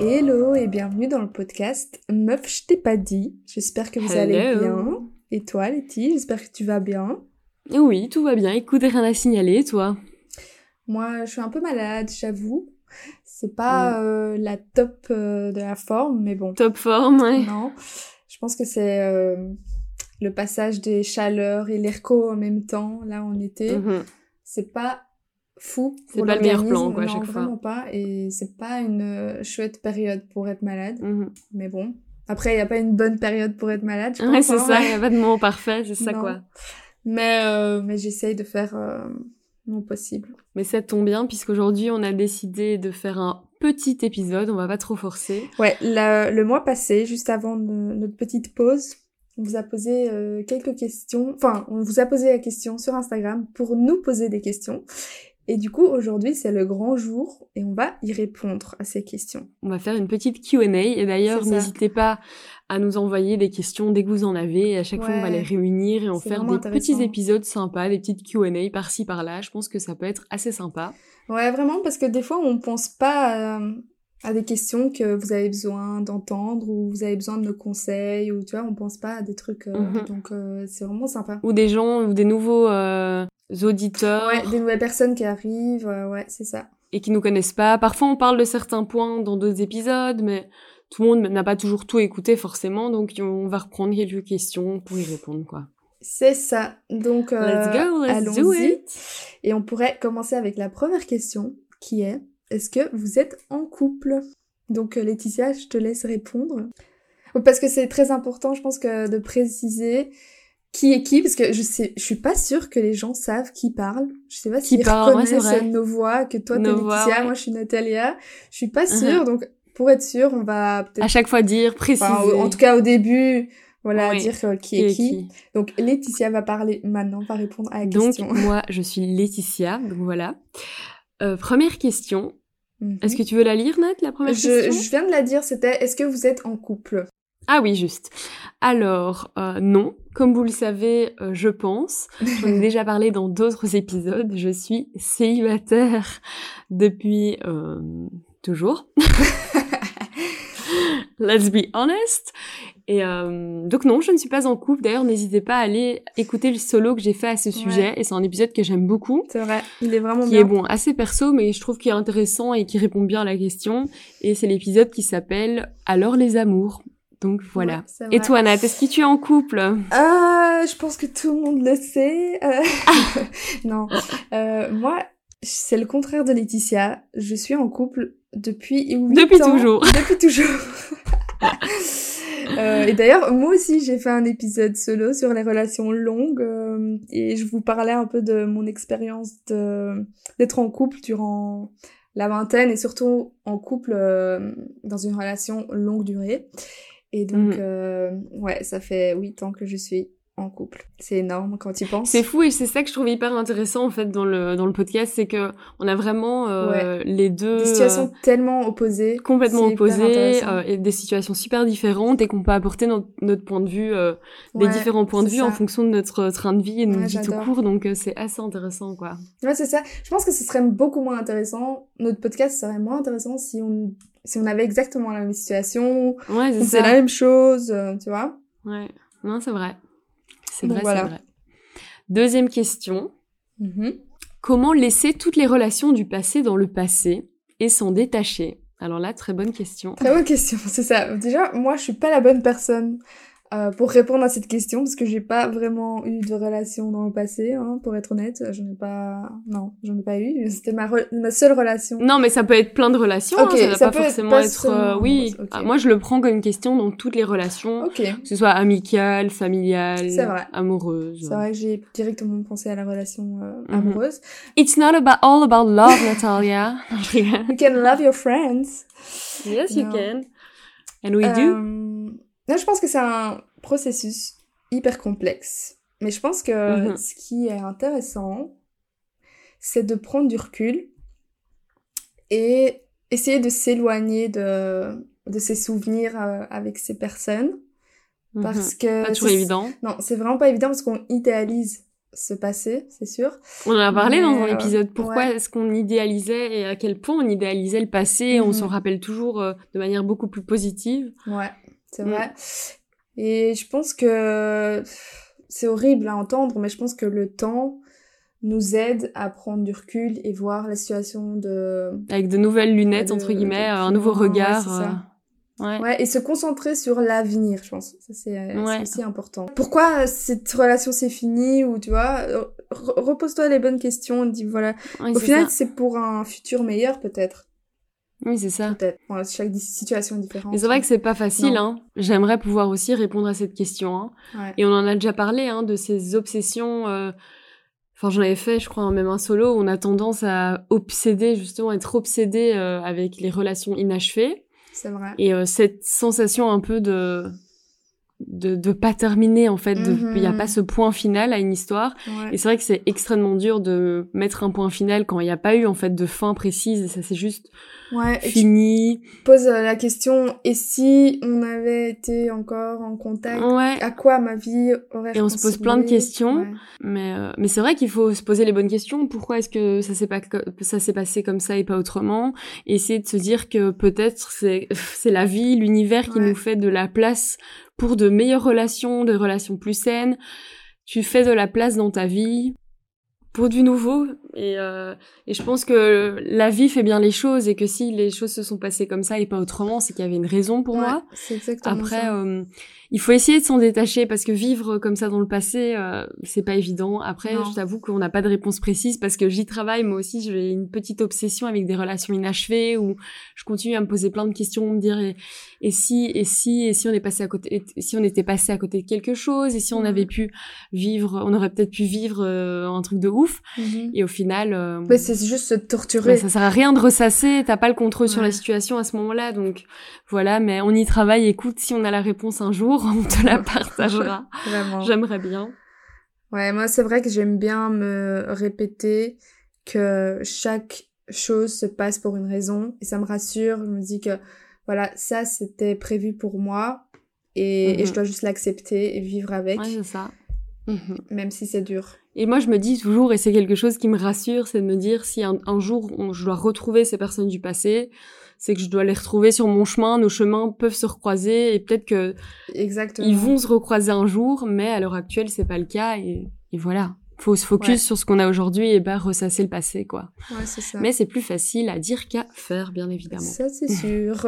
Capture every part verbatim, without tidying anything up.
Hello et bienvenue dans le podcast Meuf, je t'ai pas dit. J'espère que vous Hello. allez bien. Et toi, Letty, j'espère que tu vas bien. Oui, tout va bien. Écoute, rien à signaler, toi? Moi, je suis un peu malade, j'avoue. C'est pas mm. euh, la top euh, de la forme, mais bon. Top forme, ouais. Non, je pense que c'est euh, le passage des chaleurs et l'E-R-C-O en même temps, là en été. Mm-hmm. C'est pas fou pour C'est pas le meilleur plan, quoi, à non, chaque fois. vraiment pas. Et c'est pas une euh, chouette période pour être malade. Mm-hmm. Mais bon. Après, il n'y a pas une bonne période pour être malade, je pense. Ouais, c'est hein, ça, il ouais. n'y a pas de moment parfait, c'est ça, non. quoi. Mais, euh, mais j'essaye de faire euh, mon possible. Mais ça tombe bien, puisqu'aujourd'hui, on a décidé de faire un petit épisode, on va pas trop forcer. Ouais, la, le mois passé, juste avant de, notre petite pause, on vous a posé euh, quelques questions. Enfin, on vous a posé la question sur Instagram pour nous poser des questions. Et du coup, aujourd'hui, c'est le grand jour et on va y répondre à ces questions. On va faire une petite Q and A et d'ailleurs, n'hésitez pas à nous envoyer des questions dès que vous en avez. Et à chaque ouais, fois, on va les réunir et on va faire des petits épisodes sympas, des petites Q and A par-ci, par-là. Je pense que ça peut être assez sympa. Ouais, vraiment, parce que des fois, on pense pas à, à des questions que vous avez besoin d'entendre ou vous avez besoin de nos conseils ou tu vois, on pense pas à des trucs. Euh, mm-hmm. Donc, euh, c'est vraiment sympa. Ou des gens, ou des nouveaux... Euh... auditeurs. Ouais, des nouvelles personnes qui arrivent, euh, ouais, c'est ça. Et qui nous connaissent pas. Parfois, on parle de certains points dans d'autres épisodes, mais tout le monde n'a pas toujours tout écouté, forcément, donc on va reprendre quelques questions pour y répondre, quoi. C'est ça. Donc, euh, let's go, let's allons-y. Do it. Et on pourrait commencer avec la première question, qui est, est-ce que vous êtes en couple? Donc, euh, Laetitia, je te laisse répondre. Parce que c'est très important, je pense, que de préciser qui est qui, parce que je sais, je suis pas sûre que les gens savent qui parle. Je sais pas s'ils reconnaissent ouais, nos voix, que toi t'es Laetitia, voix, ouais. moi je suis Natalia. Je suis pas sûre, uh-huh. donc pour être sûre, on va peut-être... À chaque fois dire, préciser. Enfin, en tout cas au début, voilà, oui. dire euh, qui, qui est qui. qui. Donc Laetitia va parler maintenant, va répondre à la donc, question. Donc moi, je suis Laetitia, donc voilà. Euh, première question. Mm-hmm. Est-ce que tu veux la lire, Nat, la première je, question? Je viens de la dire, c'était, est-ce que vous êtes en couple? Ah oui, juste. Alors, euh, non, comme vous le savez, euh, je pense, j'en ai déjà parlé dans d'autres épisodes, je suis célibataire depuis euh, toujours. Let's be honest. Et euh, donc non, je ne suis pas en couple. D'ailleurs, n'hésitez pas à aller écouter le solo que j'ai fait à ce sujet. Ouais. Et c'est un épisode que j'aime beaucoup. C'est vrai, il est vraiment qui bien. Qui est bon, assez perso, mais je trouve qu'il est intéressant et qui répond bien à la question. Et c'est l'épisode qui s'appelle « Alors les amours ». Donc voilà. Ouais, et toi, Nat, est-ce que tu es en couple? euh, Je pense que tout le monde le sait. Euh... non. Euh, moi, c'est le contraire de Laetitia. Je suis en couple depuis huit Depuis ans. toujours. Depuis toujours. euh, et d'ailleurs, moi aussi, j'ai fait un épisode solo sur les relations longues. Euh, et je vous parlais un peu de mon expérience de d'être en couple durant la vingtaine et surtout en couple euh, dans une relation longue durée. Et donc, mmh. euh, ouais, ça fait huit ans que je suis en couple. C'est énorme quand tu y penses. C'est fou et c'est ça que je trouve hyper intéressant en fait dans le dans le podcast, c'est que on a vraiment euh, ouais. les deux des situations euh, tellement opposées, complètement opposées euh, et des situations super différentes et qu'on peut apporter notre, notre point de vue, euh, ouais, des différents points de vue ça. En fonction de notre train de vie et de notre ouais, vie tout court. Donc euh, c'est assez intéressant quoi. Ouais, c'est ça. Je pense que ce serait beaucoup moins intéressant. Notre podcast serait moins intéressant si on si on avait exactement la même situation, ouais, c'est, c'est la même chose, euh, tu vois. Ouais, non, c'est vrai. C'est donc, vrai, voilà. c'est vrai. Deuxième question. Mm-hmm. Comment laisser toutes les relations du passé dans le passé et s'en détacher? Alors là, très bonne question. Très bonne question, c'est ça. Déjà, moi, je suis pas la bonne personne euh, pour répondre à cette question parce que j'ai pas vraiment eu de relation dans le passé, hein, pour être honnête. Je n'ai pas... Non, j'en ai pas eu. C'était ma, re... ma seule relation. Non, mais ça peut être plein de relations. Okay, hein, ça ne ça doit pas forcément être... être euh, oui, okay. ah, moi, je le prends comme une question dans toutes les relations. Okay. Que ce soit amicale, familiale, amoureuse. C'est vrai que j'ai directement pensé à la relation euh, mm-hmm. amoureuse. It's not about all about love, Natalia. You can love your friends. Yes, you no. can. And we euh... do. Là, je pense que c'est un processus hyper complexe. Mais je pense que mm-hmm. ce qui est intéressant, c'est de prendre du recul et essayer de s'éloigner de, de ses souvenirs euh, avec ces personnes. Parce mm-hmm. que... Pas toujours évident. Non, c'est vraiment pas évident parce qu'on idéalise se passer, c'est sûr. On en a parlé Mais, dans un euh, épisode. Pourquoi ouais. est-ce qu'on idéalisait et à quel point on idéalisait le passé et on Mhm. s'en rappelle toujours euh, de manière beaucoup plus positive. Ouais, c'est Mm. vrai. Et je pense que c'est horrible à entendre, mais je pense que le temps nous aide à prendre du recul et voir la situation de... Avec de nouvelles lunettes, de- entre guillemets, de euh, un plus nouveau loin. Ouais, regard. c'est ça. euh, Ouais. Ouais, et se concentrer sur l'avenir, je pense. Ça, c'est euh, Ouais. c'est aussi important. Pourquoi cette relation s'est finie, ou tu vois, re- repose-toi les bonnes questions, dis voilà. Ouais, Au c'est final, ça. c'est pour un futur meilleur, peut-être. Oui, c'est ça. Peut-être. Voilà, chaque di- situation est différente. Mais c'est vrai que c'est pas facile, Non. hein. J'aimerais pouvoir aussi répondre à cette question, hein. Ouais. Et on en a déjà parlé, hein, de ces obsessions. euh, Enfin, j'en avais fait, je crois, même un solo où on a tendance à obséder, justement, être obsédé euh, avec les relations inachevées. C'est vrai. Et euh, cette sensation un peu de de de pas terminer, en fait, de il y a Mhm. pas ce point final à une histoire. Ouais. Et c'est vrai que c'est extrêmement dur de mettre un point final quand il n'y a pas eu, en fait, de fin précise et ça c'est juste Ouais, et tu fini. poses euh, la question, et si on avait été encore en contact, Ouais. à quoi ma vie aurait Et on se pose plein de ressemblé? questions. Ouais. Mais euh, mais c'est vrai qu'il faut se poser les bonnes questions. Pourquoi est-ce que ça s'est pas co- ça s'est passé comme ça et pas autrement? Essayer de se dire que peut-être c'est c'est la vie, l'univers qui Ouais. nous fait de la place pour de meilleures relations, de relations plus saines. Tu fais de la place dans ta vie pour du nouveau. Et euh, et je pense que la vie fait bien les choses et que si les choses se sont passées comme ça et pas autrement, c'est qu'il y avait une raison pour Ouais, moi. c'est exactement Après, ça. euh, il faut essayer de s'en détacher parce que vivre comme ça dans le passé, euh, c'est pas évident. Après, Non. je t'avoue qu'on n'a pas de réponse précise parce que j'y travaille. Moi aussi, j'ai une petite obsession avec des relations inachevées où je continue à me poser plein de questions, me dire et, et si, et si, et si on est passé à côté, et si on était passé à côté de quelque chose, et si on Ouais. avait pu vivre, on aurait peut-être pu vivre euh, un truc de ouf. Mhm. Et au final, euh, Mais c'est juste se torturer. ouais, ça sert à rien de ressasser, t'as pas le contrôle sur Ouais. la situation à ce moment-là, donc voilà, mais on y travaille, écoute, si on a la réponse un jour, on te la partagera. Vraiment. J'aimerais bien. Ouais, moi, c'est vrai que j'aime bien me répéter que chaque chose se passe pour une raison, et ça me rassure. Je me dis que, voilà, ça, c'était prévu pour moi, et, Mhm. et je dois juste l'accepter et vivre avec, Ouais, c'est ça. Mhm. même si c'est dur. Et moi, je me dis toujours, et c'est quelque chose qui me rassure, c'est de me dire, si un, un jour on- je dois retrouver ces personnes du passé, c'est que je dois les retrouver sur mon chemin, nos chemins peuvent se recroiser, et peut-être que Exactement. ils vont se recroiser un jour, mais à l'heure actuelle, c'est pas le cas, et, et voilà. Faut se focus Ouais. sur ce qu'on a aujourd'hui et pas ressasser le passé, quoi. Ouais, c'est ça. Mais c'est plus facile à dire qu'à faire, bien évidemment. Ça, c'est sûr.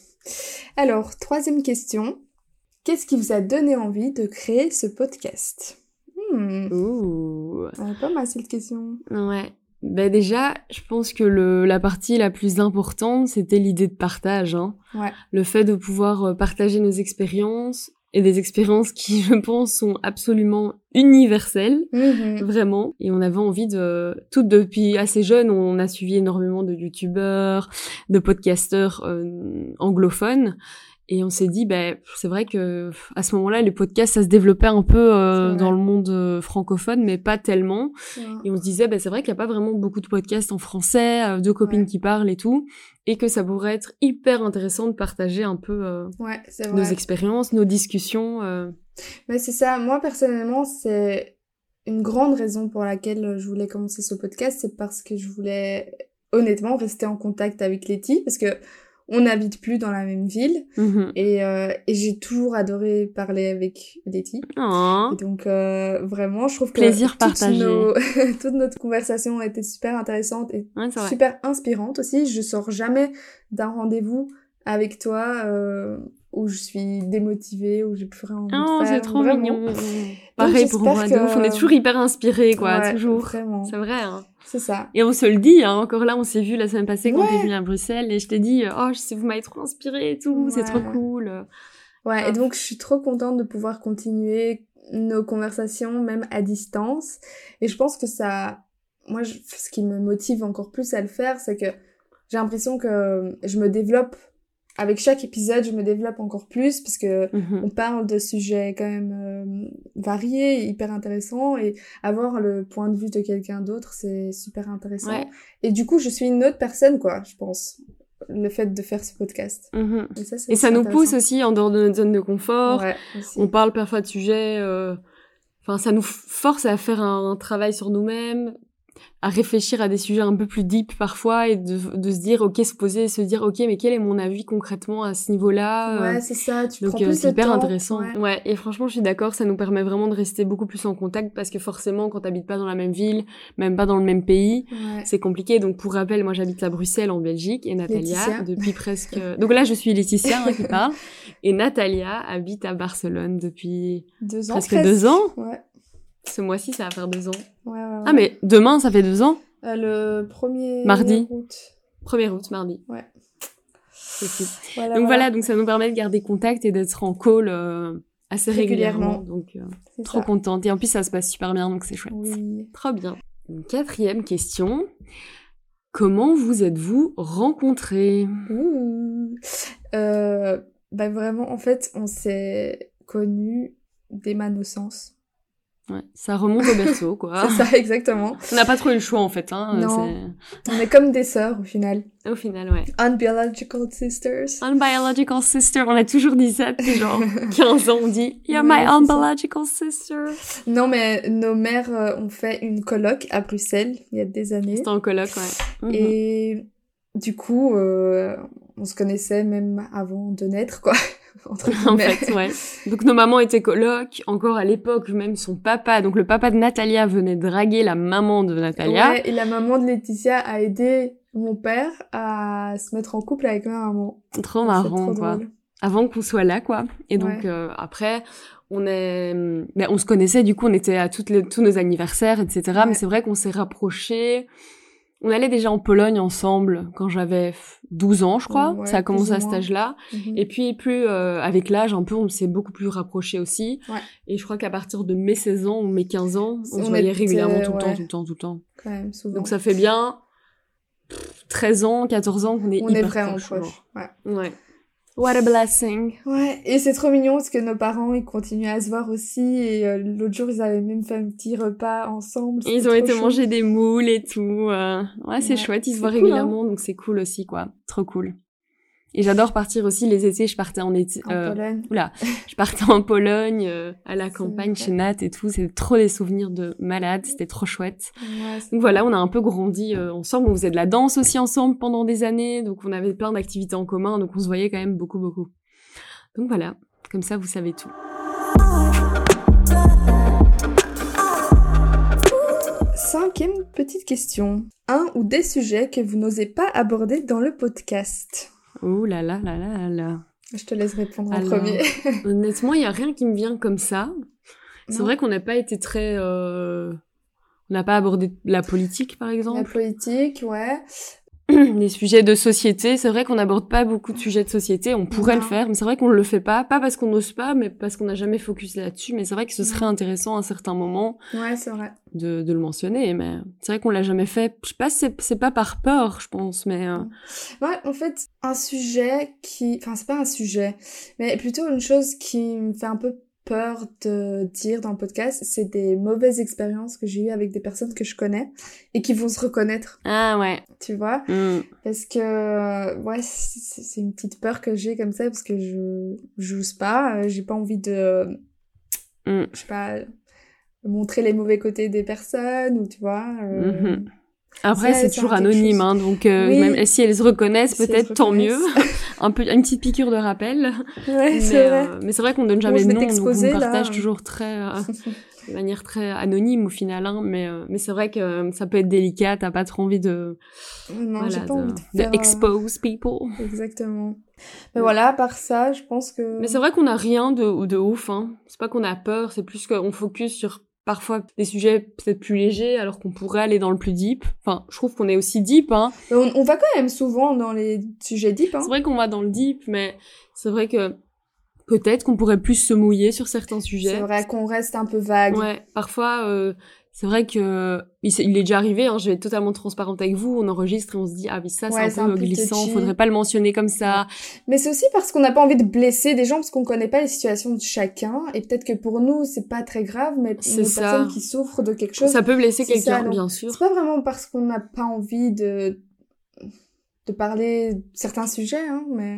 Alors, troisième question. Qu'est-ce qui vous a donné envie de créer ce podcast? Hmm. Ouh. Ouais, pas mal cette question. Ouais. Ben déjà, je pense que le, la partie la plus importante, c'était l'idée de partage, hein. Ouais. Le fait de pouvoir euh, partager nos expériences, et des expériences qui, je pense, sont absolument universelles, Mhm. vraiment. Et on avait envie de... Toutes depuis assez jeune, on a suivi énormément de youtubeurs, de podcasteurs euh, anglophones. Et on s'est dit, ben, c'est vrai que à ce moment-là, les podcasts, ça se développait un peu euh, C'est vrai. dans le monde euh, francophone, mais pas tellement. Ouais. Et on se disait, ben, c'est vrai qu'il n'y a pas vraiment beaucoup de podcasts en français, euh, de copines Ouais. qui parlent et tout, et que ça pourrait être hyper intéressant de partager un peu euh, Ouais, c'est nos vrai. expériences, nos discussions. euh. Mais c'est ça. Moi, personnellement, c'est une grande raison pour laquelle je voulais commencer ce podcast. C'est parce que je voulais, honnêtement, rester en contact avec Letty. Parce que on n'habite plus dans la même ville. Mhm. Et, euh, et j'ai toujours adoré parler avec Letty. Oh. Et donc, euh, vraiment, je trouve que Plaisir toutes partagé. nos... toute notre conversation a été super intéressante et Ouais, c'est vrai. super inspirante aussi. Je sors jamais d'un rendez-vous avec toi euh, où je suis démotivée, où j'ai plus rien envie Oh, de faire. c'est trop vraiment. mignon. Pareil pour j'espère moi, que- de ouf. On est toujours hyper inspirés, quoi, Ouais, toujours. Vraiment, C'est vrai, hein. c'est ça. Et on se le dit, hein, encore là, on s'est vu la semaine passée quand Ouais. t'es venue à Bruxelles, et je t'ai dit, oh, je sais, vous m'avez trop inspiré et tout, c'est trop Ouais. cool. Ouais, Ah. et donc je suis trop contente de pouvoir continuer nos conversations, même à distance. Et je pense que ça... Moi, je- ce qui me motive encore plus à le faire, c'est que j'ai l'impression que je me développe. Avec chaque épisode, je me développe encore plus, parce que Mhm. on parle de sujets quand même euh, variés, hyper intéressants, et avoir le point de vue de quelqu'un d'autre, c'est super intéressant. Ouais. Et du coup, je suis une autre personne, quoi, je pense, le fait de faire ce podcast. Mhm. Et ça, c'est Et ça aussi nous pousse intéressant. aussi en dehors de notre zone de confort. Ouais, aussi. On parle parfois de sujets, euh, enfin, ça nous force à faire un, un travail sur nous-mêmes, à réfléchir à des sujets un peu plus deep parfois et de, de se dire, ok, se poser et se dire, ok, mais quel est mon avis concrètement à ce niveau-là? Ouais, c'est ça, tu Donc, prends euh, plus c'est de hyper temps. intéressant. Ouais. Ouais, et franchement, je suis d'accord, ça nous permet vraiment de rester beaucoup plus en contact parce que forcément, quand t'habites pas dans la même ville, même pas dans le même pays, Ouais. c'est compliqué. Donc, pour rappel, moi, j'habite à Bruxelles, en Belgique, et Natalia, Laetitia. depuis presque... Donc là, je suis Laetitia, hein, qui parle, et Natalia habite à Barcelone depuis Deux ans presque, presque. deux ans. Ouais. Ce mois-ci, ça va faire deux ans. Ouais, ouais, ouais. Ah, mais demain, ça fait deux ans? Euh, le premier Mardi. août. premier août, mardi. Ouais. C'est fou. Voilà, donc voilà. voilà, donc ça nous permet de garder contact et d'être en call euh, assez régulièrement. Régulièrement. Donc euh, C'est trop ça. contente. Et en plus, ça se passe super bien, donc c'est chouette. Oui. Trop bien. Une quatrième question. Comment vous êtes-vous rencontrés? Ouh. Euh, bah vraiment, en fait, on s'est connus dès ma naissance. Ouais, ça remonte au berceau, quoi. C'est ça, exactement. On n'a pas trop eu le choix, en fait. Hein. Non. C'est... On est comme des sœurs, au final. Au final, ouais. Unbiological sisters. Unbiological sister. On a toujours dit ça depuis genre quinze ans. On dit « You're ouais, my unbiological sister ». Non, mais nos mères euh, ont fait une coloc à Bruxelles, il y a des années. C'était en coloc, ouais. Mm-hmm. Et du coup, euh, on se connaissait même avant de naître, quoi. Entre guillemets. En fait, ouais. Donc nos mamans étaient colocs, encore à l'époque, même son papa, donc le papa de Natalia venait draguer la maman de Natalia. Ouais, et la maman de Laetitia a aidé mon père à se mettre en couple avec ma maman. Trop marrant, trop quoi. Drôle. Avant qu'on soit là, quoi. Et donc, ouais. euh, après, on est... Ben, on se connaissait, du coup, on était à toutes les... tous nos anniversaires, et cetera. Ouais. Mais c'est vrai qu'on s'est rapprochés... On allait déjà en Pologne ensemble quand j'avais douze ans, je crois. Ouais, ça a commencé à cet âge-là. Mm-hmm. Et puis, plus euh, avec l'âge, un peu, on s'est beaucoup plus rapprochés aussi. Ouais. Et je crois qu'à partir de mes seize ans ou mes quinze ans, on, on se voyait régulièrement tout le ouais. temps, tout le temps, tout le temps. Quand même, souvent. Donc ça fait bien treize ans, quatorze ans qu'on est on hyper est vraiment proches. proches. Ouais. Ouais. What a blessing. Ouais, et c'est trop mignon parce que nos parents, ils continuent à se voir aussi. Et euh, l'autre jour, ils avaient même fait un petit repas ensemble. C'était ils ont été chou. manger des moules et tout. Euh... Ouais, c'est ouais, chouette, ils se voient cool, régulièrement, hein. Donc c'est cool aussi, quoi. Trop cool. Et j'adore partir aussi les étés. Je partais en été. En euh... Pologne. Oula, je partais en Pologne, euh, à la c'est campagne vrai. Chez Nat et tout. C'était trop des souvenirs de malade. C'était trop chouette. Ouais, donc voilà, on a un peu grandi euh, ensemble. On faisait de la danse aussi ensemble pendant des années. Donc on avait plein d'activités en commun. Donc on se voyait quand même beaucoup, beaucoup. Donc voilà, comme ça vous savez tout. Cinquième petite question. Un ou des sujets que vous n'osez pas aborder dans le podcast? Ouh là là là là là. Je te laisse répondre en Alors, premier. Honnêtement, il n'y a rien qui me vient comme ça. C'est non. vrai qu'on n'a pas été très... Euh... On n'a pas abordé la politique, par exemple. La politique, ouais. Les sujets de société, c'est vrai qu'on n'aborde pas beaucoup de sujets de société, on pourrait non. le faire, mais c'est vrai qu'on le fait pas, pas parce qu'on n'ose pas, mais parce qu'on n'a jamais focus là-dessus, mais c'est vrai que ce serait intéressant à un certain moment ouais, c'est vrai. De, de le mentionner, mais c'est vrai qu'on l'a jamais fait, je sais pas, c'est, c'est pas par peur, je pense, mais... Euh... Ouais, en fait, un sujet qui... Enfin, c'est pas un sujet, mais plutôt une chose qui me fait un peu peur de dire dans le podcast, c'est des mauvaises expériences que j'ai eues avec des personnes que je connais et qui vont se reconnaître. Ah ouais. Tu vois mm. Parce que, ouais, c'est, c'est une petite peur que j'ai comme ça parce que je j'ose pas, j'ai pas envie de, mm. je sais pas, montrer les mauvais côtés des personnes ou tu vois... Euh... Mm-hmm. Après, c'est, c'est toujours anonyme, hein, donc euh, oui. Même si elles se reconnaissent, si peut-être, tant mieux. un peu, une petite piqûre de rappel. Ouais, mais, c'est vrai. Euh, mais c'est vrai qu'on donne jamais bon, de nom, donc on partage là. toujours très, euh, de manière très anonyme au final, hein, mais, euh, mais c'est vrai que euh, ça peut être délicat, t'as pas trop envie de... Non, voilà, j'ai pas de, envie de faire... de expose people. Exactement. Mais ouais. Voilà, à part ça, je pense que... Mais c'est vrai qu'on a rien de, de ouf, hein. C'est pas qu'on a peur, c'est plus qu'on focus sur... parfois des sujets peut-être plus légers alors qu'on pourrait aller dans le plus deep. Enfin, je trouve qu'on est aussi deep, hein. On, on va quand même souvent dans les sujets deep, hein. C'est vrai qu'on va dans le deep, mais c'est vrai que peut-être qu'on pourrait plus se mouiller sur certains sujets. C'est vrai qu'on reste un peu vague. Ouais, parfois, euh, c'est vrai que il, il est déjà arrivé, hein, je vais être totalement transparente avec vous, on enregistre et on se dit ah oui ça ouais, c'est un peu un glissant, touchy. Faudrait pas le mentionner comme ça. Mais c'est aussi parce qu'on n'a pas envie de blesser des gens parce qu'on connaît pas les situations de chacun et peut-être que pour nous c'est pas très grave, mais pour c'est une ça. Personne qui souffre de quelque chose, ça peut blesser c'est quelqu'un, ça, bien sûr. C'est pas vraiment parce qu'on n'a pas envie de de parler de certains sujets, hein, mais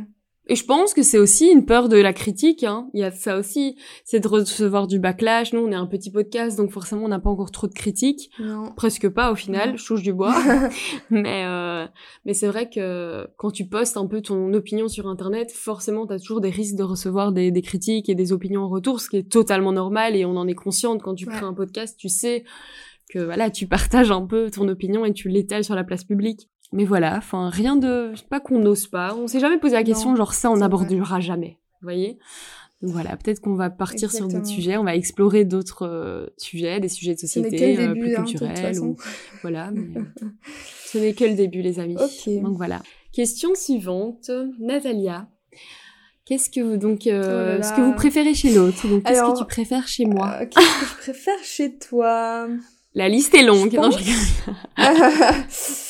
Et je pense que c'est aussi une peur de la critique, hein. Il y a ça aussi, c'est de recevoir du backlash. Nous, on est un petit podcast, donc forcément, on n'a pas encore trop de critiques. Non. Presque pas, au final. Non. Je touche du bois. mais, euh, mais c'est vrai que quand tu postes un peu ton opinion sur Internet, forcément, t'as toujours des risques de recevoir des, des critiques et des opinions en retour, ce qui est totalement normal et on en est consciente. Quand tu Ouais. crées un podcast, tu sais que, voilà, tu partages un peu ton opinion et tu l'étales sur la place publique. Mais voilà, enfin, rien de... C'est pas qu'on n'ose pas. On s'est jamais posé la question, Non, genre ça, on c'est n'abordera vrai. Jamais. Vous voyez? Donc voilà, peut-être qu'on va partir Exactement. sur d'autres sujets, on va explorer d'autres euh, sujets, des sujets de Ce n'est société, que le euh, début, plus hein, de toute culturels. façon. Ou... Voilà, mais euh, ce n'est que le début, les amis. Ok. Donc voilà. Question suivante, Natalia. Qu'est-ce que vous, donc, euh, Oh là là. ce que vous préférez chez l'autre? Donc, qu'est-ce Alors, que tu préfères chez moi? Euh, Qu'est-ce que je préfère chez toi? La liste est longue. Je Non, pense- je rigole.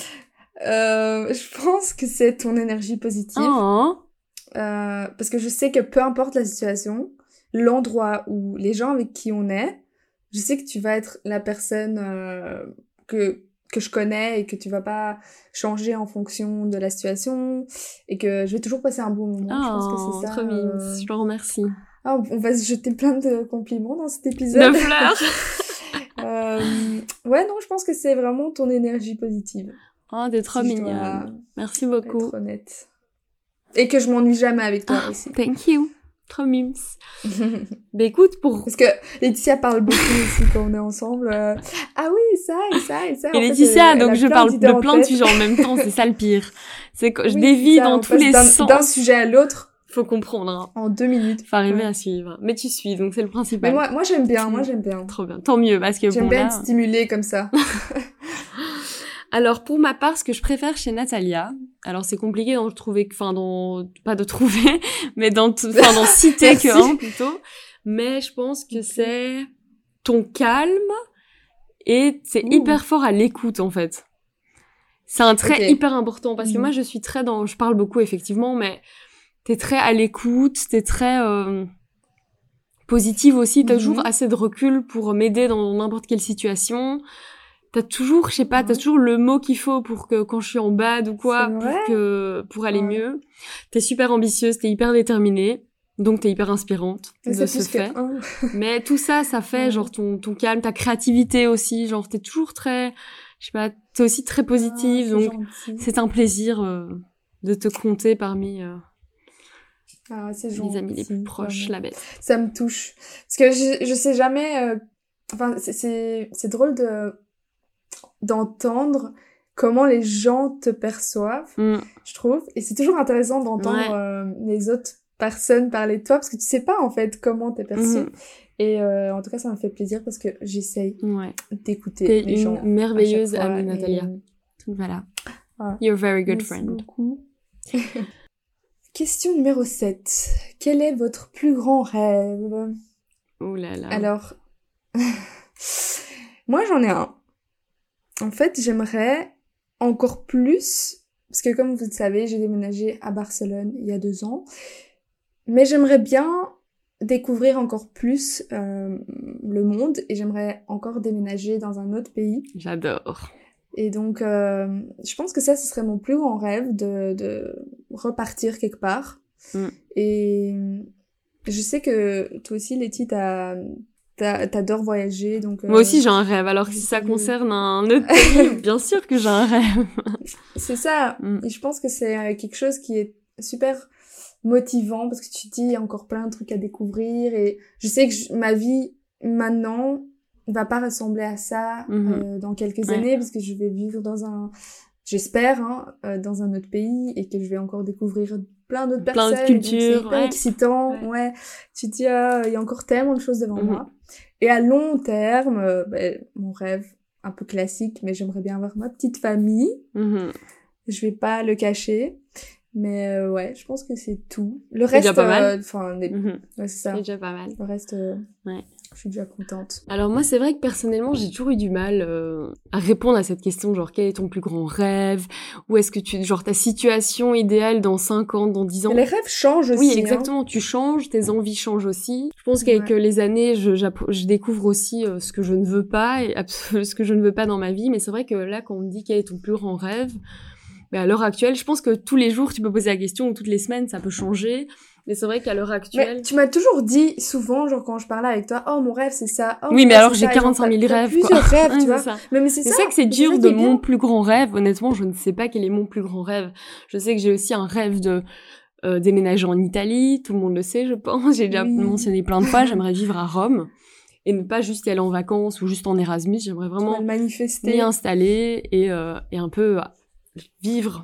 Euh, je pense que c'est ton énergie positive. Oh, Euh, parce que je sais que peu importe la situation, l'endroit ou les gens avec qui on est, je sais que tu vas être la personne euh, que que je connais et que tu vas pas changer en fonction de la situation et que je vais toujours passer un bon moment. je pense que oh, c'est ça. trop mimes. euh. Je te remercie. Ah, on va se jeter plein de compliments dans cet épisode. De fleurs. Euh, ouais, non, je pense que c'est vraiment ton énergie positive. Oh, t'es trop Si je dois mignonne. Merci beaucoup. Être honnête. Et que je m'ennuie jamais avec toi Ah, aussi. Thank you. Trop mimes. Bah écoute, pour... Parce que Laetitia parle beaucoup aussi quand on est ensemble. euh, Ah oui, ça et ça et ça. Et En fait, Laetitia, elle- elle donc a je plein parle d'idées de en plein de tête. sujets en même temps, c'est ça le pire. C'est que je Oui, dévie c'est ça, dans on tous passe les d'un- sens. D'un sujet à l'autre Faut comprendre, hein. en deux minutes. Faut arriver Ouais. à suivre. Mais tu suis, donc c'est le Mais principal. moi, moi j'aime bien, Tu- moi j'aime bien. Trop bien. Tant mieux, parce que J'aime bon bien là... être stimulée comme ça. Alors, pour ma part, ce que je préfère chez Natalia, alors c'est compliqué d'en trouver, enfin, dans, pas de trouver, mais d'en, t- enfin, d'en citer Merci. que un, plutôt. Mais je pense que c'est ton calme et c'est Ouh. hyper fort à l'écoute, en fait. C'est un trait Ok. hyper important parce que Mhm. moi, je suis très dans, je parle beaucoup, effectivement, mais t'es très à l'écoute, t'es très, euh, positive aussi, t'as Mhm. toujours assez de recul pour m'aider dans n'importe quelle situation. T'as toujours, je sais pas, t'as Ouais. toujours le mot qu'il faut pour que quand je suis en bad ou quoi, C'est pour vrai que pour aller Ouais. mieux. T'es super ambitieuse, t'es hyper déterminée, donc t'es hyper inspirante Mais de c'est ce plus fait. que un. Mais tout ça, ça fait Ouais. genre ton ton calme, ta créativité aussi, genre t'es toujours très, je sais pas, t'es aussi très positive, Ah, c'est donc gentil. c'est un plaisir euh, de te compter parmi euh, Ah, c'est les gentil. amis les plus proches, vraiment. la bête. Ça me touche. Parce que je, je sais jamais... euh, Enfin, c'est- c'est c'est drôle de d'entendre comment les gens te perçoivent, Mm. je trouve. Et c'est toujours intéressant d'entendre Ouais. euh, les autres personnes parler de toi, parce que tu sais pas, en fait, comment t'es perçu. Mhm. Et euh, en tout cas, ça me fait plaisir, parce que j'essaye Ouais. d'écouter T'es les gens. une merveilleuse à chaque fois, amie, et- Natalia. Donc voilà. Voilà. You're a very good Merci friend. beaucoup. Question numéro sept. Quel est votre plus grand rêve? Oh là là. Alors, moi j'en ai un. En fait, j'aimerais encore plus, parce que comme vous le savez, j'ai déménagé à Barcelone il y a deux ans, mais j'aimerais bien découvrir encore plus euh, le monde et j'aimerais encore déménager dans un autre pays. J'adore. Et donc, euh, je pense que ça, ce serait mon plus grand rêve de, de repartir quelque part. Mm. Et je sais que toi aussi, Letty, t'as, t'as, t'adores voyager, donc... Moi euh, aussi, j'ai un rêve. Alors que si ça je- concerne un autre pays, bien sûr que j'ai un rêve. C'est ça. Mm. Et je pense que c'est euh, quelque chose qui est super motivant parce que tu te dis, il y a encore plein de trucs à découvrir. Et je sais que je- ma vie, maintenant, va pas ressembler à ça Mhm. euh, dans quelques Ouais. années parce que je vais vivre dans un... J'espère, hein, euh, dans un autre pays et que je vais encore découvrir plein d'autres Plein personnes. d'autres et donc cultures, C'est hyper ouais. excitant, ouais. Ouais. Tu te dis, ah, il y a encore tellement de choses devant Mhm. moi. Et à long terme, euh, ben, mon rêve, un peu classique, mais j'aimerais bien avoir ma petite famille. Mhm. Je vais pas le cacher. Mais euh, ouais, je pense que c'est tout. Le C'est déjà reste, pas mal. euh, enfin, les- Mhm. ouais, c'est ça. C'est déjà pas mal. Le reste, euh, Ouais. je suis déjà contente. Alors moi, c'est vrai que personnellement, j'ai toujours eu du mal euh, à répondre à cette question, genre quel est ton plus grand rêve? Ou est-ce que tu, genre ta situation idéale dans cinq ans, dans dix ans? Mais les rêves changent aussi. Oui, hein. exactement. Tu changes, tes envies changent aussi. Je pense qu'avec Ouais. euh, les années, je, j'app- je découvre aussi euh, ce que je ne veux pas et abs- ce que je ne veux pas dans ma vie. Mais c'est vrai que là, quand on me dit quel est ton plus grand rêve, Mais à l'heure actuelle, je pense que tous les jours, tu peux poser la question, ou toutes les semaines, ça peut changer. Mais c'est vrai qu'à l'heure actuelle... Mais tu m'as toujours dit, souvent, genre quand je parlais avec toi, oh mon rêve c'est ça, oh oui, mon mais rêve, alors c'est j'ai ça. quarante-cinq mille Genre, t'as- rêves, t'as quoi. plusieurs rêves, Ouais, tu vois. c'est ça. Mais, mais c'est C'est ça, ça que c'est c'est dur ça de qui est bien. mon plus grand rêve. Honnêtement, je ne sais pas quel est mon plus grand rêve. Je sais que j'ai aussi un rêve de euh, déménager en Italie. Tout le monde le sait, je pense. J'ai déjà Oui. mentionné plein de fois. J'aimerais vivre à Rome et ne pas juste y aller en vacances ou juste en Erasmus. J'aimerais Tu vas vraiment le m'y manifester. installer et, euh, et un peu euh, vivre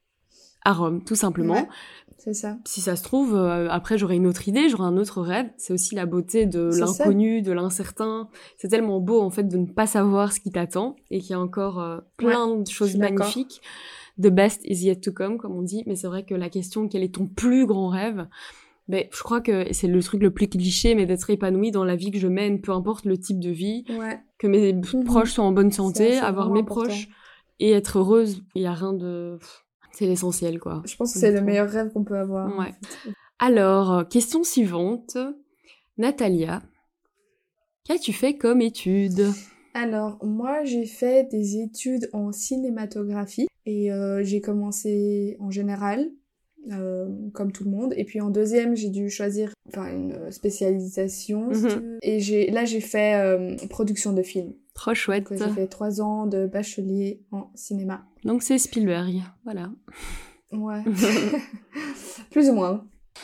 à Rome, tout simplement. Ouais, c'est ça. Si ça se trouve, euh, après j'aurai une autre idée, j'aurai un autre rêve. C'est aussi la beauté de C'est ça. l'inconnu, de l'incertain. C'est tellement beau en fait de ne pas savoir ce qui t'attend et qu'il y a encore euh, plein de je choses suis d'accord. magnifiques. The best is yet to come, comme on dit. Mais c'est vrai que la question, quel est ton plus grand rêve? Ben, je crois que c'est le truc le plus cliché, mais d'être épanoui dans la vie que je mène, peu importe le type de vie, Ouais. que mes Mhm. proches soient en bonne Ça, santé, c'est avoir vraiment mes important. proches et être heureuse. Il y a rien de... C'est l'essentiel, quoi. Je pense que c'est le Honnêtement. meilleur rêve qu'on peut avoir. en Ouais. fait. Alors, euh, question suivante. Natalia, qu'as-tu fait comme études? Alors, moi, j'ai fait des études en cinématographie et euh, j'ai commencé en général, euh, comme tout le monde. Et puis en deuxième, j'ai dû choisir enfin, une spécialisation. si Mhm. tu veux. Et j'ai, là, j'ai fait euh, production de films. Trop chouette. Donc, j'ai fait trois ans de bachelier en cinéma. Donc c'est Spielberg, voilà. Ouais. Plus ou moins.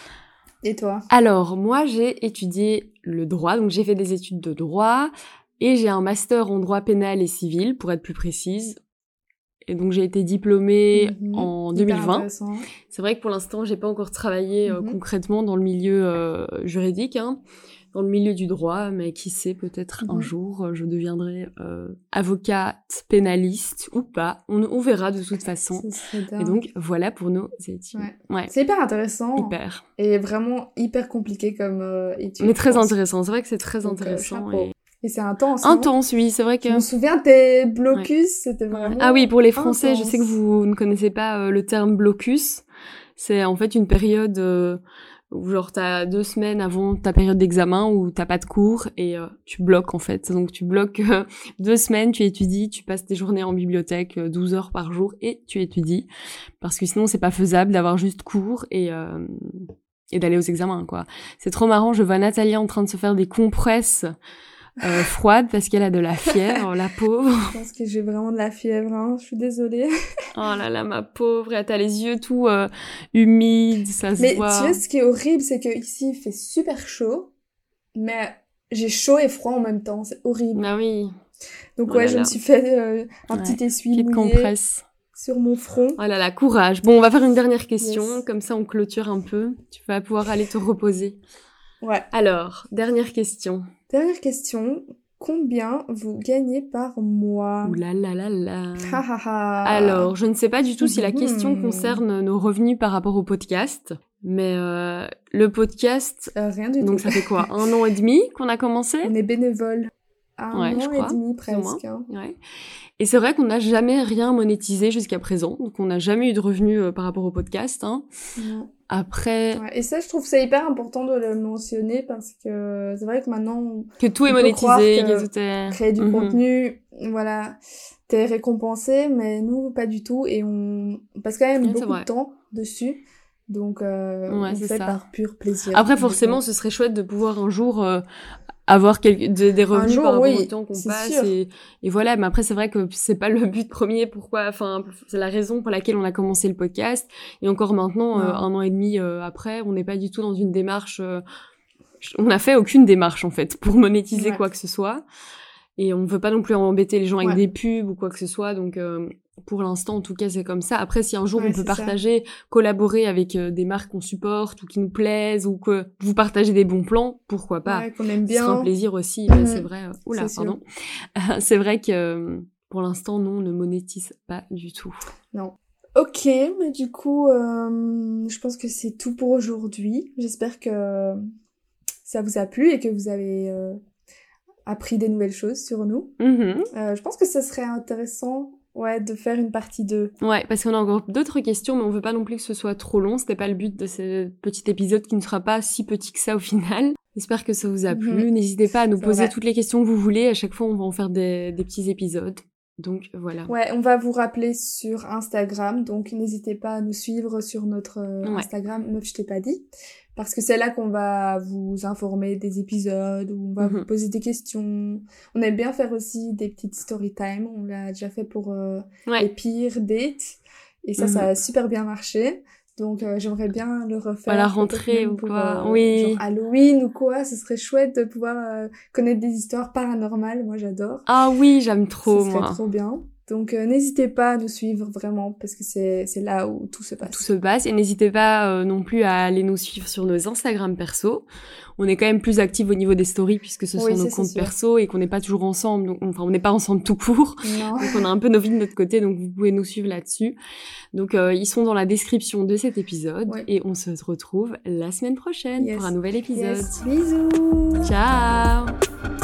Et toi? Alors, moi, j'ai étudié le droit, donc j'ai fait des études de droit, et j'ai un master en droit pénal et civil, pour être plus précise. Et donc j'ai été diplômée Mhm. en Hyper deux mille vingt. intéressant. C'est vrai que pour l'instant, j'ai pas encore travaillé euh, Mhm. concrètement dans le milieu euh, juridique, hein, dans le milieu du droit, mais qui sait, peut-être un Mhm. jour, euh, je deviendrai euh, avocate, pénaliste ou pas. On, on verra de toute façon. Ce serait Et dingue. donc, voilà pour nos études. Ouais. Ouais, C'est hyper intéressant hyper. et vraiment hyper compliqué comme euh, étude. Mais je très pense. intéressant. C'est vrai que c'est très Donc, euh, intéressant. chapeau. et... Et c'est intense, non? Intense, oui, c'est vrai que... Je me souviens, tes blocus, c'était vraiment Ah oui, pour les Français, intense. je sais que vous ne connaissez pas euh, le terme blocus. C'est en fait une période euh, où genre t'as deux semaines avant ta période d'examen où t'as pas de cours et euh, tu bloques en fait. Donc tu bloques euh, deux semaines, tu étudies, tu passes tes journées en bibliothèque euh, douze heures par jour et tu étudies. Parce que sinon c'est pas faisable d'avoir juste cours et... Euh, et d'aller aux examens, quoi. C'est trop marrant, je vois Nathalie en train de se faire des compresses euh, froides parce qu'elle a de la fièvre, la pauvre. Je pense que j'ai vraiment de la fièvre, hein. Je suis désolée. Oh là là, ma pauvre, et t'as les yeux tout euh, humides, ça se Mais voit. tu vois, ce qui est horrible, c'est que ici il fait super chaud, mais j'ai chaud et froid en même temps. C'est horrible. Ah oui. Donc Oh ouais, là je là. me suis fait euh, un Ouais. petit essuie Petite mouillé compresse. sur mon front. Oh là là, courage. Bon, on va faire une dernière question, Yes. comme ça on clôture un peu. Tu vas pouvoir aller te reposer. Ouais. Alors, dernière question. Dernière question. Combien vous gagnez par mois? Ouh là là là là. Ha ha ha. Alors, je ne sais pas du tout si la Mhm. question concerne nos revenus par rapport au podcast, mais euh, le podcast, Euh, rien du donc tout. ça fait quoi, un an et demi qu'on a commencé? On est bénévole. Un Ouais, je an crois, et demi plus ou moins. presque. hein. Ouais. Et c'est vrai qu'on n'a jamais rien monétisé jusqu'à présent, donc on n'a jamais eu de revenus euh, par rapport au podcast. Hein. Non. Après, Ouais, et ça, je trouve que c'est hyper important de le mentionner parce que c'est vrai que maintenant, on que tout est on peut croire monétisé, que que tout est... crée du Mhm. contenu, voilà, t'es récompensé, mais nous, pas du tout. Et on, on passe quand même Ouais, c'est beaucoup vrai. de temps dessus. Donc, euh, Ouais, on c'est fait ça. par pur plaisir. Après, forcément, ce serait chouette de pouvoir un jour euh, avoir quelques, des, des revenus jour, par rapport oui, au temps qu'on c'est passe. sûr. Et, et voilà, mais après, c'est vrai que c'est pas le but premier. Pourquoi Enfin, c'est la raison pour laquelle on a commencé le podcast. Et encore maintenant, euh, Non. un an et demi euh, après, on n'est pas du tout dans une démarche... euh, on n'a fait aucune démarche, en fait, pour monétiser Ouais. quoi que ce soit. Et on ne veut pas non plus embêter les gens avec Ouais. des pubs ou quoi que ce soit. Donc, euh, pour l'instant, en tout cas, c'est comme ça. Après, si un jour Ouais, on peut c'est ça. partager, collaborer avec euh, des marques qu'on supporte ou qui nous plaisent ou que vous partagez des bons plans, pourquoi pas. Ouais, qu'on aime Ce sera un bien. plaisir aussi. Mhm. Mais c'est vrai... euh, Oula, C'est sûr. pardon. C'est vrai que euh, pour l'instant, non, on ne monétise pas du tout. Non. Ok, mais du coup, euh, je pense que c'est tout pour aujourd'hui. J'espère que ça vous a plu et que vous avez euh, appris des nouvelles choses sur nous. Mhm. Euh, je pense que ce serait intéressant, ouais, de faire une partie deux. Ouais, parce qu'on a encore d'autres questions, mais on veut pas non plus que ce soit trop long. C'était pas le but de ce petit épisode qui ne sera pas si petit que ça au final. J'espère que ça vous a plu. Mhm. N'hésitez pas à nous C'est poser vrai. toutes les questions que vous voulez. À chaque fois, on va en faire des, des petits épisodes. Donc voilà. Ouais, on va vous rappeler sur Instagram, donc n'hésitez pas à nous suivre sur notre euh, Ouais. Instagram Meuf je t'ai pas dit, parce que c'est là qu'on va vous informer des épisodes, où on va Mhm. vous poser des questions. On aime bien faire aussi des petites story time, on l'a déjà fait pour euh, Ouais. les pires dates, et ça, Mhm. ça a super bien marché. Donc euh, j'aimerais bien le refaire. À la peut-être rentrée même ou pour, quoi. euh, Oui. genre Halloween ou quoi, ce serait chouette de pouvoir euh, connaître des histoires paranormales, moi j'adore. Ah oui, j'aime trop, Ce serait moi. trop bien. Donc euh, n'hésitez pas à nous suivre vraiment, parce que c'est c'est là où tout se passe. Tout se passe. Et n'hésitez pas euh, non plus à aller nous suivre sur nos Instagram perso. On est quand même plus actifs au niveau des stories puisque ce Oui, sont nos c'est- c'est comptes sûr. perso et qu'on n'est pas toujours ensemble. Donc, enfin, on n'est pas ensemble tout court. Non. Donc on a un peu nos vies de notre côté, donc vous pouvez nous suivre là-dessus. Donc euh, ils sont dans la description de cet épisode Ouais. et on se retrouve la semaine prochaine Yes. pour un nouvel épisode. Yes. Bisous. Ciao!